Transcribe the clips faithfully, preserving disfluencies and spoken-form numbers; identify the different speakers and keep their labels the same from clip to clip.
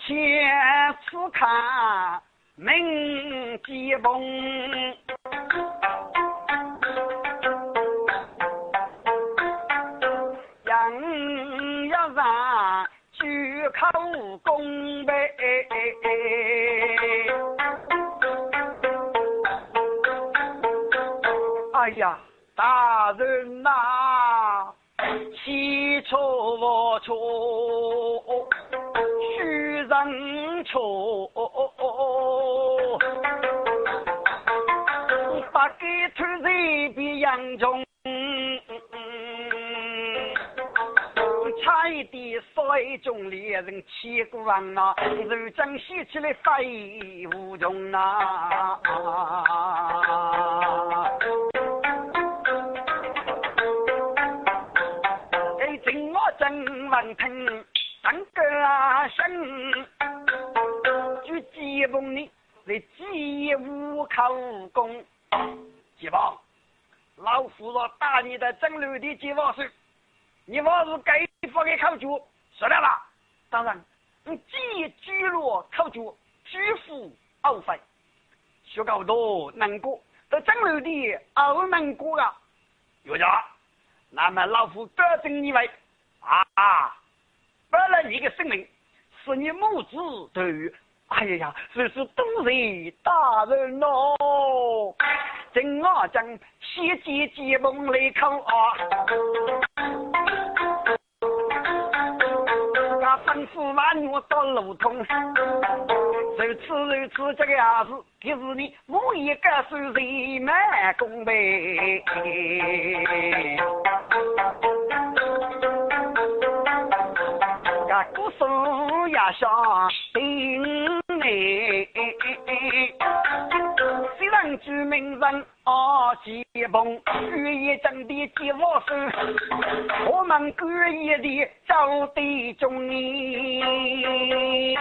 Speaker 1: 前此看明吉崩，人要让举口功呗。哎呀，大人呐、啊，起错我错，虚人错，把给推人比杨中，差一点水中猎人七个人呐，如今洗起来飞无穷呐。真文听当个声，就基本呢是几无口功。吉王，老夫若打你的正路的吉王是，你我是该发给口诀，说了吧？当然，你既居落口诀，居服傲废，学高多难过，这正路的傲难过啊！有家，那么老夫得正你为。啊！为了你的生命，是你母子对于，哎呀呀，这是都是大人哦！正我将写记记梦来口啊！他吩咐万我到路通，如此如此这个样子，就是你某一个是人满公呗。古树呀上顶内，虽然居民人啊吉崩，故意真的吉我是，我们故意的招对中你，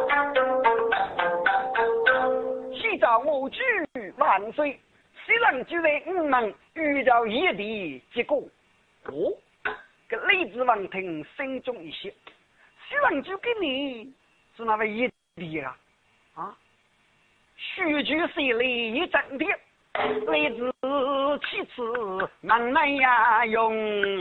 Speaker 1: 西找我举万岁，虽然居在我们遇到一的结果，哦，这雷子王听心中一些。希望就给你是那位一弟啊啊！须知谁来一整的，来自其次慢慢呀用。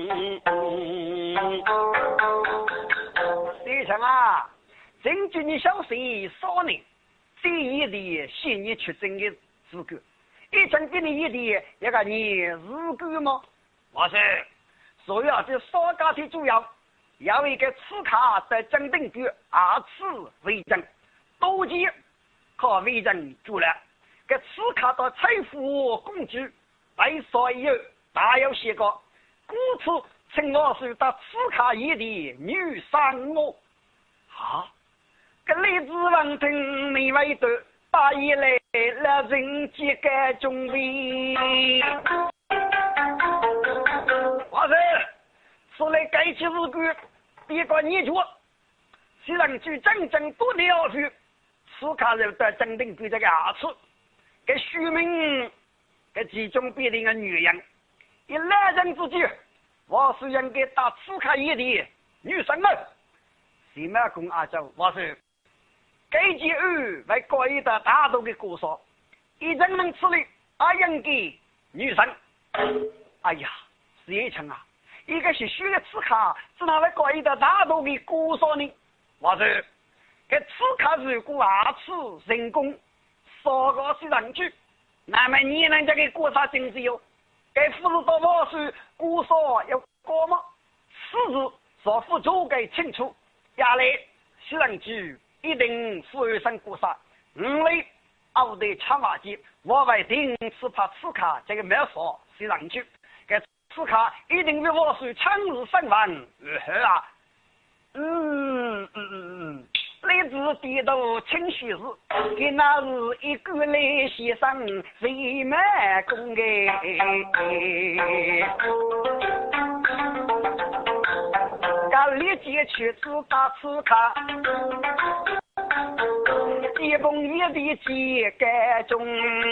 Speaker 1: 先生啊，根据你小岁少年，这一弟是你出征的资格，一整给你一弟也个你资格吗？我是所要这少家的主要。要一个刺卡在正定局二次为证，多吉可为证住了。个刺卡的财富工具，白所有大有些个，故此请我是到刺卡一的女三我。啊，个李子文听没为的，把一来了人几个准备。我是是来该起日句。别个你说，虽然去真正不了解，此卡人的真正对这个二次，给虚名，给其中必定的女人，以男人之举，我是应该打此卡一的女生们，什么公阿周，我是该几二为过一的大多的故说，一人能吃力，啊应给女生，哎呀，是一层啊。一个是虚的刺卡，是那位高一的大多的故说呢？我说，给刺卡如果二次成功，三个是上去，那么你能这个故事真是有？给不是到我是故说要过吗？此事所付诸给清楚，下来是上去一定富有上故事，因为奥的长瓦机，我为定是怕刺卡这个没说是上去。此卡一定为我是强日三万，呃啊，嗯嗯嗯嗯，来自地道清虚日，给那是一个来先生最满公哎，刚立即去自打此卡，基本一的几个钟，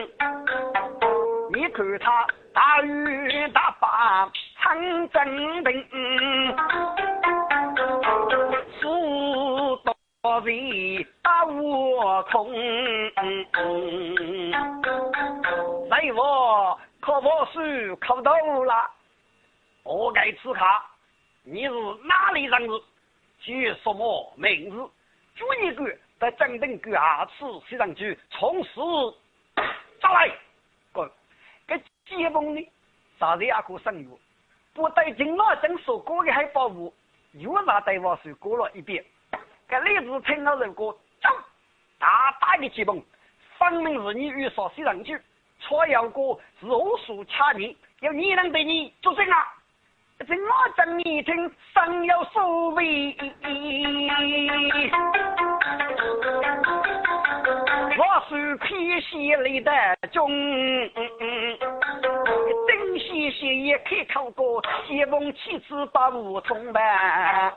Speaker 1: 你看他。大雨大法长征兵，速到人把我空，在我可不是考到了，我该吃卡，你是哪里人子？举什么名字？举一个在正定个二次西上去从实再来，个个基本呢，啥子也可生活，不对金老正所过的还保护，又拿对我是过了一遍。个例子听了这个走，大大的基本，分明是你遇上西上去，错要过是恶俗差你，要你能对你做什啊？这我等你听，尚有所谓。我是皮西里的中，真西西也可以考过，西风七次八五通吧。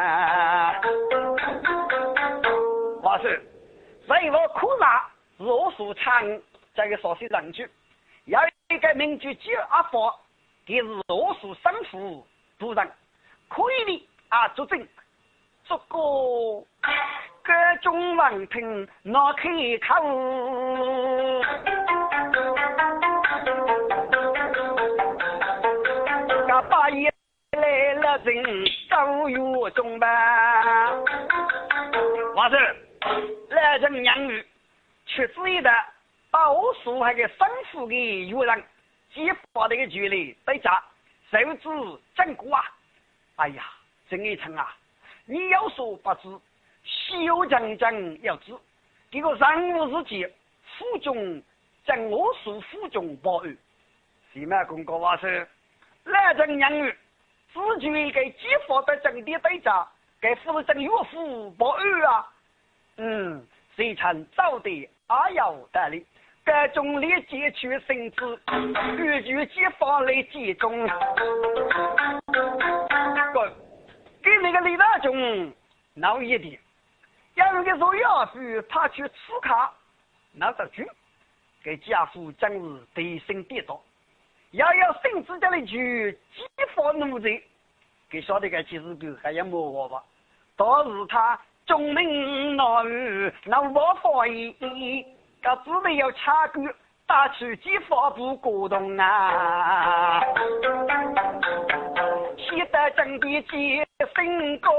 Speaker 1: 我是，所以我苦辣若素长这个说西上去，要一个名句接阿佛。给是罗素生父主人可以的啊，作证这个各种王庭那可以考，个八爷来了人高有中吧，我是来人养育去之一的把我所还给生父的有人。激发的一个距离对家手指正骨啊，哎呀郑一成啊，你有所不知，修正正要知这个人物之际腹中正我所腹中保育是咩公告话是来正养育自觉给激发的正的对家给父正岳父保育啊，嗯谁曾早的阿要得力各种力截取性质，句句激发来集中。给那个李大中闹一点，要一个说要去他去吃卡，闹得去，给家父真是对身跌倒，要要性质的去激发奴才，给晓得个其实个还要摸我吧，倒是他中明闹语闹我发意。他只得要插句打出几发不鼓动啊，期待真的接生高，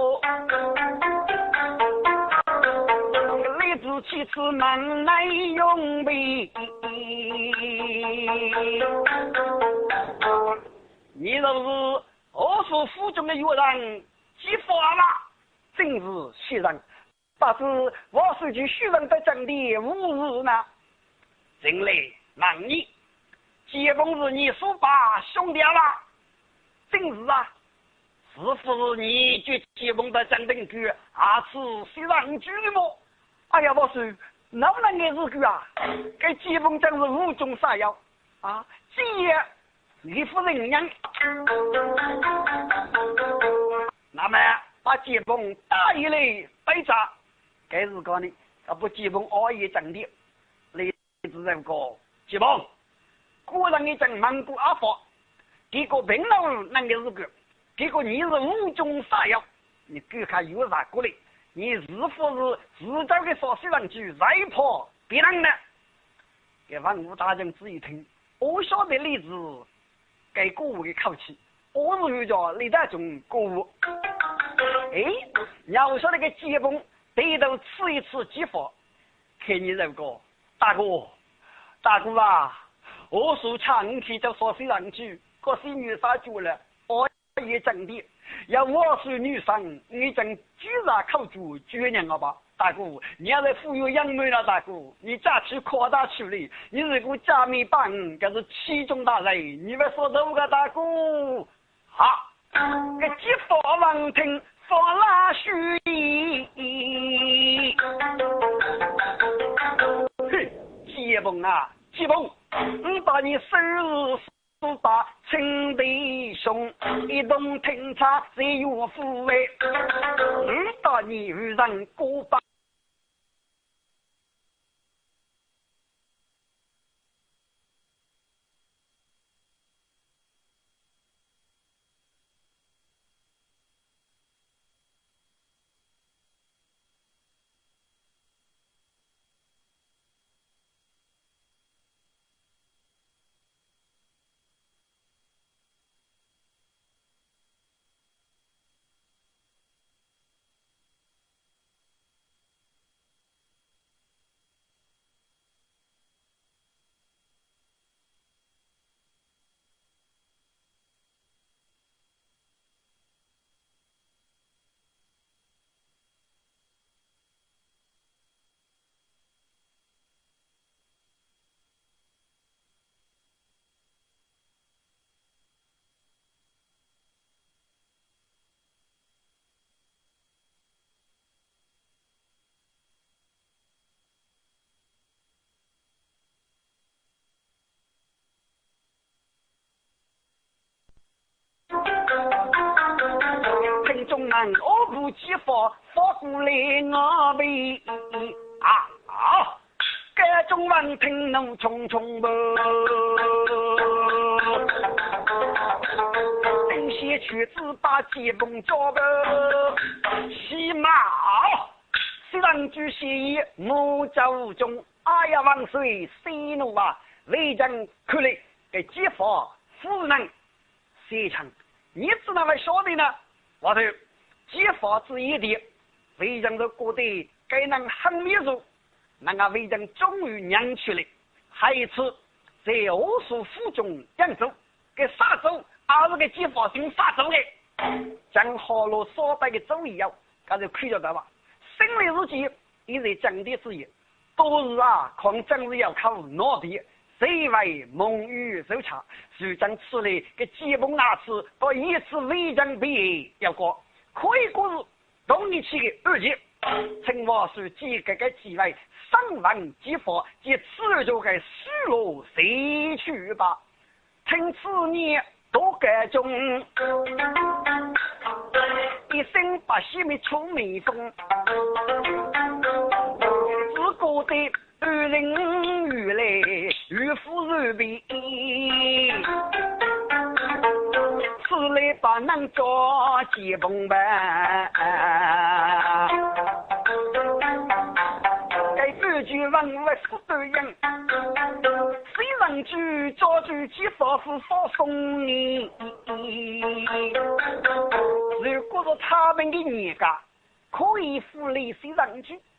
Speaker 1: 李子其次蛮来用备，你若是我所腹中的有人激发了，真是虚人。但是我是去虚人的真理无日呢，人类难你，基本是你所把兄弟了，真是啊，是不是你就基本的真定句，还是虚人句么？哎呀，我说能不能给日句啊？给基本真是无中杀药啊！既然你夫人娘，那么把基本打一类被炸。该是讲呢，他不基本熬夜整的，类似这个基本，个人一整蒙古阿法，这个平老那个是个，这个你是无中杀药，你给他有啥过来？你是否是自找的说西人去再破别人呢？给万武大人仔细听，我晓得例子，给歌舞的口气，我是有叫李大中歌舞，哎，你要说那个基本。对头吃一次激发，看你这个大哥，大哥啊，我说长期就说是上去，可是女杀住了，我也真的，要我是女生，你真居然口住绝娘了吧？大哥，你要是富有养妹了，大哥，你再去扩大处理，你如果家没帮，这是其中大人，你们说这个大哥，好，个激发王庭。佛拉须嘿，基本啊，基本，你把你生日四把亲弟兄一同听茶，谁有抚慰？你把你与人过把。 中南我不激发发过来我为啊啊该中王听侬重重不等些曲子把基本交不起码虽然据协议木州中哎呀万岁西怒啊为将可来给激发夫人现场你知道来说的呢我的激发之一的为将的过得该能很密足那个为将终于娘去了还一次在欧属府中扬州给杀走二十个激发性杀走的将好了所带的周以后他就亏了的吧胜利日记一直讲的之一都是啊抗战是要靠脑皮谁为蒙语手查是将此类给基本那次到一次为将毕业要过可以过是同一期的二级称我是几个个机会上万激发及此就该失落谁去吧听此你都该中一生把西面出美风自古的二人与来与夫如比此类把能做基本吧该自己问我是对人谁能去做主其所是放松你如果是他们的年嘎可以负累谁上去